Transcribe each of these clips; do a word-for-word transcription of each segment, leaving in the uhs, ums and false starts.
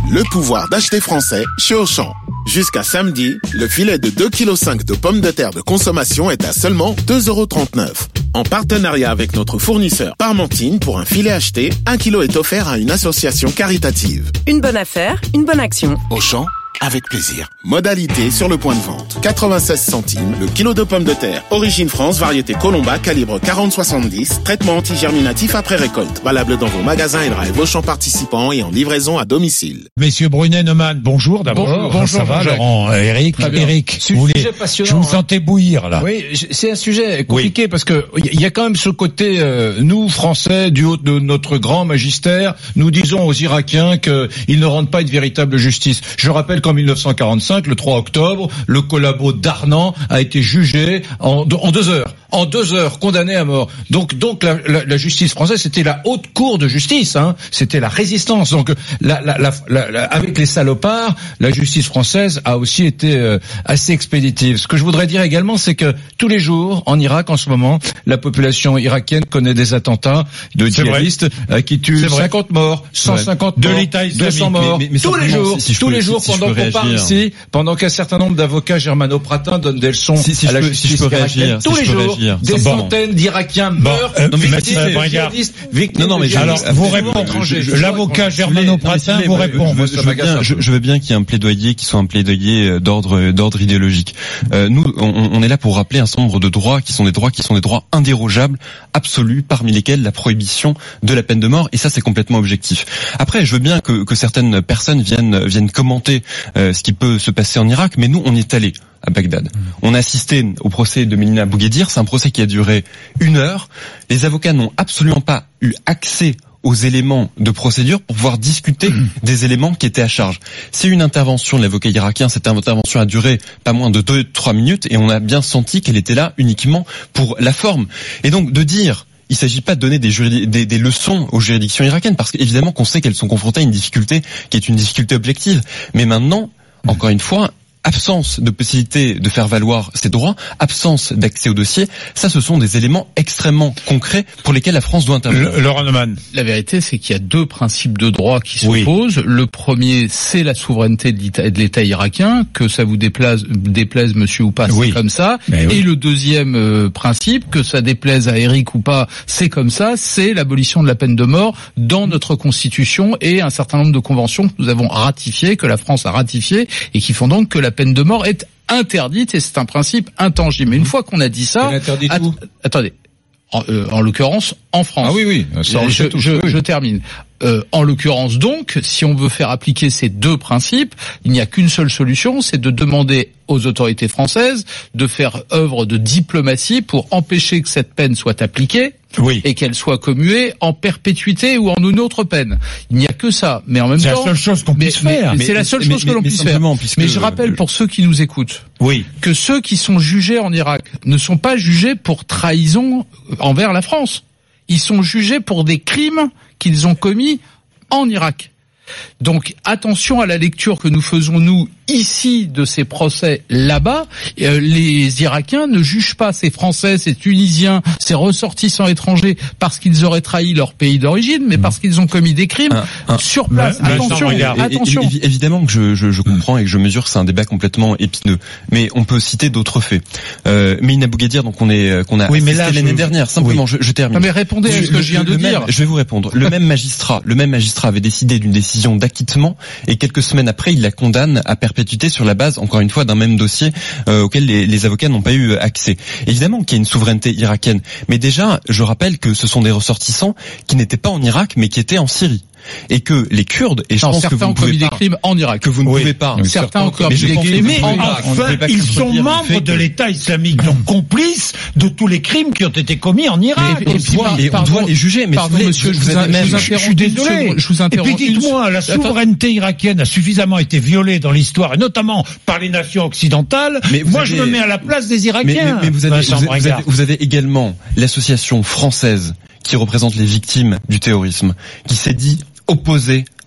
le pouvoir d'acheter français chez Auchan. Jusqu'à samedi, le filet de deux virgule cinq kilos de pommes de terre de consommation est à seulement deux euros trente-neuf. En partenariat avec notre fournisseur Parmentine, pour un filet acheté, un kilo est offert à une association caritative. Une bonne affaire, une bonne action. Auchan, avec plaisir. Modalité sur le point de vente. quatre-vingt-seize centimes le kilo de pommes de terre. Origine France, variété Colomba, calibre quarante soixante-dix. Traitement antigerminatif après récolte. Valable dans vos magasins et drive Auchan participants et en livraison à domicile. Messieurs Brunet, Neumann, bonjour d'abord. Bonjour, bonjour, ça va, Jacques. Laurent, Eric, Eric, Su- vous sujet voulez, passionnant, je vous hein. sentais bouillir là. Oui, c'est un sujet compliqué oui. parce que il y a quand même ce côté, euh, nous Français, du haut de notre grand magistère, nous disons aux Irakiens qu'ils ne rendent pas une véritable justice. Je rappelle qu'en dix-neuf cent quarante-cinq, le trois octobre, le collabo d'Arnan a été jugé en, en deux heures. En deux heures, condamné à mort. Donc, donc la, la, la justice française, c'était la haute cour de justice. Hein. C'était la résistance. Donc, la, la, la, la, la, avec les salopards, la justice française a aussi été euh, assez expéditive. Ce que je voudrais dire également, c'est que tous les jours, en Irak, en ce moment, la population irakienne connaît des attentats de djihadistes euh, qui tuent cinquante morts, cent cinquante morts, deux cents morts. Mais, mais, mais tous les jours, si tous peux, les jours, si, si pendant qu'on parle ici, pendant qu'un certain nombre d'avocats germano-pratins donnent des leçons si, si à la peux, justice si irakienne, tous les jours, des bon. centaines d'Irakiens bon. meurent, euh, victimes de djihadistes, victimes non, non, mais de alors, vous répondez, l'avocat germano-pratin vous répond. Je veux bien, je, je veux bien qu'il y ait un plaidoyer qui soit un plaidoyer d'ordre, d'ordre idéologique. Euh, nous, on, on est là pour rappeler un certain nombre de droits qui sont des droits qui sont des droits indérogeables, absolus, parmi lesquels la prohibition de la peine de mort, et ça, c'est complètement objectif. Après, je veux bien que, que certaines personnes viennent, viennent commenter euh, ce qui peut se passer en Irak, mais nous, on y est allé à Bagdad. On a assisté au procès de Mélina Bouguedir, c'est un procès qui a duré une heure. Les avocats n'ont absolument pas eu accès aux éléments de procédure pour pouvoir discuter des éléments qui étaient à charge. C'est une intervention de l'avocat irakien, cette intervention a duré pas moins de deux trois minutes et on a bien senti qu'elle était là uniquement pour la forme. Et donc de dire il ne s'agit pas de donner des, juridi- des, des leçons aux juridictions irakiennes, parce qu'évidemment qu'on sait qu'elles sont confrontées à une difficulté qui est une difficulté objective. Mais maintenant, encore une fois, absence de possibilité de faire valoir ses droits, absence d'accès au dossier, ça ce sont des éléments extrêmement concrets pour lesquels la France doit intervenir. Le, Laurent Neumann. La vérité, c'est qu'il y a deux principes de droit qui s'opposent. Oui. Le premier, c'est la souveraineté de l'État, de l'État irakien, que ça vous déplaise, déplaise monsieur ou pas, c'est oui. comme ça. Mais Et oui. le deuxième euh, principe, que ça déplaise à Eric ou pas, c'est comme ça, c'est l'abolition de la peine de mort dans notre Constitution et un certain nombre de conventions que nous avons ratifiées, que la France a ratifiées, et qui font donc que la peine de mort est interdite, et c'est un principe intangible. Mais une fois qu'on a dit ça, att- attendez, en, euh, en l'occurrence en France. Ah oui oui, ça, je, je, je, je termine. Euh, en l'occurrence donc, si on veut faire appliquer ces deux principes, il n'y a qu'une seule solution, c'est de demander aux autorités françaises de faire œuvre de diplomatie pour empêcher que cette peine soit appliquée. Oui. Et qu'elle soit commuée en perpétuité ou en une autre peine. Il n'y a que ça. Mais en même c'est temps, c'est la seule chose qu'on mais, puisse faire. Mais, mais c'est la seule mais, chose mais, que l'on puisse faire. Mais je rappelle pour ceux qui nous écoutent, oui. que ceux qui sont jugés en Irak ne sont pas jugés pour trahison envers la France. Ils sont jugés pour des crimes qu'ils ont commis en Irak. Donc attention à la lecture que nous faisons nous ici de ces procès là-bas. Euh, les Irakiens ne jugent pas ces Français, ces Tunisiens, ces ressortissants étrangers parce qu'ils auraient trahi leur pays d'origine, mais parce qu'ils ont commis des crimes un, un, sur place. Mais, attention, mais attention. Et, et, évidemment que je, je, je comprends et que je mesure que c'est un débat complètement épineux, mais on peut citer d'autres faits. Euh, Mélina Bouguedir, donc on est qu'on a oui, assisté là, l'année je... dernière. Simplement, oui. je, je termine. Non, mais répondez à ce que je viens de dire. Même, je vais vous répondre. Le même magistrat, le même magistrat avait décidé d'une décision d'acquittement et quelques semaines après, il la condamne à perpétuité sur la base, encore une fois, d'un même dossier euh, auquel les, les avocats n'ont pas eu accès. Évidemment qu'il y a une souveraineté irakienne, mais déjà, je rappelle que ce sont des ressortissants qui n'étaient pas en Irak, mais qui étaient en Syrie. Et que les Kurdes, et je non, pense que vous ne pouvez pas, des crimes en Irak. que vous ne oui. pouvez pas. Certains ont commis des crimes mais en Irak. Enfin, ils sont membres de l'État islamique, donc complices de tous les crimes qui ont été commis en Irak. Mais, et, puis, doit, et on doit les juger. Mais pardon, vous monsieur, vous je, vous avez même, je, je suis désolé. Je vous interromps. Et puis dites-moi, la souveraineté irakienne a suffisamment été violée dans l'histoire, et notamment par les nations occidentales. Mais moi, avez, je me mets à la place des Irakiens. Mais, mais, mais vous, avez, vous, avez, vous, avez, vous avez également l'association française qui représente les victimes du terrorisme, qui s'est dit opposée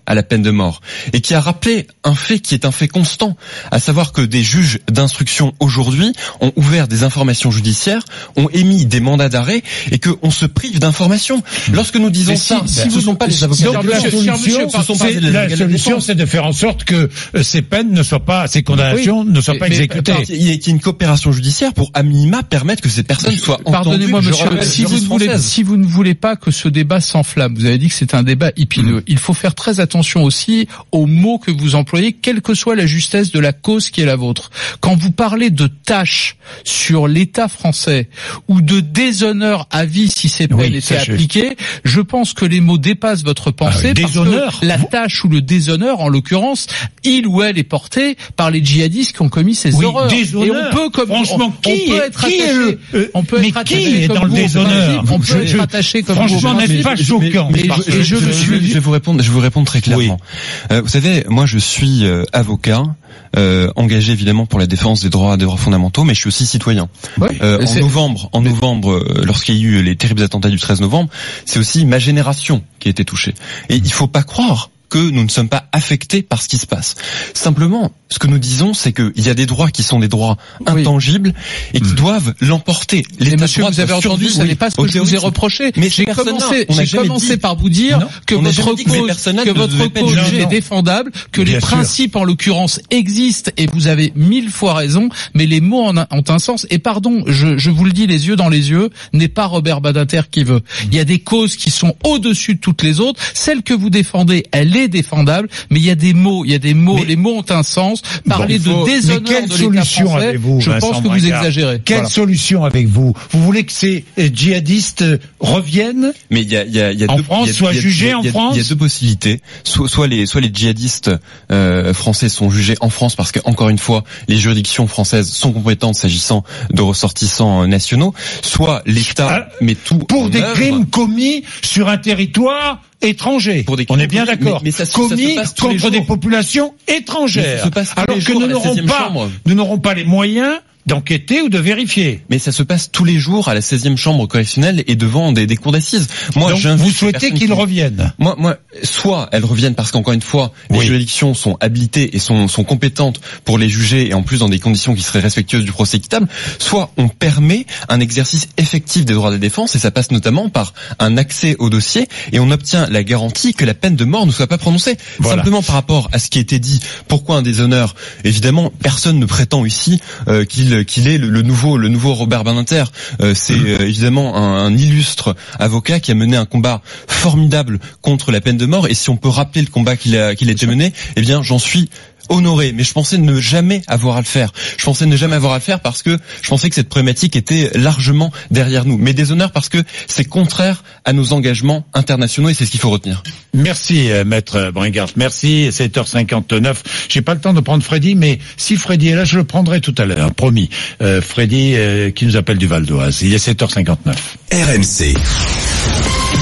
à la peine de mort et qui a rappelé un fait qui est un fait constant, à savoir que des juges d'instruction aujourd'hui ont ouvert des informations judiciaires, ont émis des mandats d'arrêt et qu'on se prive d'informations. Lorsque nous disons si, ça, si ce vous ne sont pas les avocats. Donc la solution, c'est, la solution, c'est de faire en sorte que ces peines ne soient pas, ces condamnations oui, ne soient mais, pas exécutées. Il y a une coopération judiciaire pour, à minima, permettre que ces personnes soient entendues. Pardonnez-moi, monsieur, si vous, ne voulez, si vous ne voulez pas que ce débat s'enflamme, vous avez dit que c'est un débat épineux, mmh. il faut faire très attention aussi aux mots que vous employez, quelle que soit la justesse de la cause qui est la vôtre. Quand vous parlez de tâches sur l'État français ou de déshonneur à vie si ces peines oui, étaient appliquées, je pense que les mots dépassent votre pensée ah, parce déshonneur. que la tâche ou le déshonneur, en l'occurrence, il ou elle est porté par les djihadistes qui ont commis ces oui, horreurs. Déshonneur. Et on peut, comme franchement, on, qui on peut est, être qui attaché, est le, euh, on peut mais être qui attaché est comme dans vous, le déshonneur? On peut je, être je, attaché comme franchement, n'est-ce pas choquant? Mais, mais, et, et je, je, je, je vais vous répondre, je vais vous répondre très clairement. Oui. Euh, vous savez, moi, je suis euh, avocat. Euh, engagé évidemment pour la défense des droits des droits fondamentaux, mais je suis aussi citoyen. Oui, euh, en novembre, en novembre, euh, lorsqu'il y a eu les terribles attentats du treize novembre, c'est aussi ma génération qui a été touchée. Et il faut pas croire que nous ne sommes pas affectés par ce qui se passe. Simplement, ce que nous disons, c'est qu'il y a des droits qui sont des droits intangibles oui. et qui mmh. doivent l'emporter. L'état monsieur, vous avez entendu, ce n'est pas ce que je vous ai reproché. Mais j'ai commencé, j'ai commencé dit... par vous dire non, que votre cause, que, que votre cause est défendable, que Bien les sûr. principes en l'occurrence existent et vous avez mille fois raison, mais les mots en a, ont un sens. Et pardon, je, je vous le dis les yeux dans les yeux, n'est pas Robert Badinter qui veut. Mmh. Il y a des causes qui sont au-dessus de toutes les autres. Celle que vous défendez, elle est défendable, mais il y a des mots, il y a des mots, mais, les mots ont un sens. Parler bon, faut, de déshonneur de l'État français, vous, je Vincent pense que vous exagérez. Quelle voilà. solution avec vous? Vous voulez que ces djihadistes reviennent mais il y a, il y a, il y a en deux, France, y a, soient y a, jugés y a, en y a, France? Il y a deux possibilités. Soit, soit les, soit les djihadistes euh, français sont jugés en France parce que encore une fois, les juridictions françaises sont compétentes s'agissant de ressortissants nationaux. Soit l'État ah, met tout pour en des œuvre. crimes commis sur un territoire étranger. On est bien d'accord. Mais, mais ça, commis ça contre des populations étrangères. Alors que nous n'aurons pas, chambre. nous n'aurons pas les moyens d'enquêter ou de vérifier. Mais ça se passe tous les jours à la seizième chambre correctionnelle et devant des, des cours d'assises. Moi, Donc, vous souhaitez qu'ils qui... reviennent? Moi, moi, soit elles reviennent parce qu'encore une fois, oui. les juridictions sont habilitées et sont, sont compétentes pour les juger et en plus dans des conditions qui seraient respectueuses du procès équitable. Soit on permet un exercice effectif des droits de la défense et ça passe notamment par un accès au dossier et on obtient la garantie que la peine de mort ne soit pas prononcée. Voilà. Simplement par rapport à ce qui a été dit. Pourquoi un déshonneur? Évidemment, personne ne prétend ici euh, qu'il qu'il est le, le nouveau le nouveau Robert Badinter. Euh, c'est euh, évidemment un, un illustre avocat qui a mené un combat formidable contre la peine de mort. Et si on peut rappeler le combat qu'il a qu'il a été mené, eh bien, j'en suis honoré, mais je pensais ne jamais avoir à le faire. Je pensais ne jamais avoir à le faire parce que je pensais que cette problématique était largement derrière nous. Mais déshonneur parce que c'est contraire à nos engagements internationaux et c'est ce qu'il faut retenir. Merci, euh, maître Bringard. Merci. sept heures cinquante-neuf. J'ai pas le temps de prendre Freddy, mais si Freddy est là, je le prendrai tout à l'heure. Promis. Euh, Freddy, euh, qui nous appelle du Val d'Oise. Il est sept heures cinquante-neuf. R M C.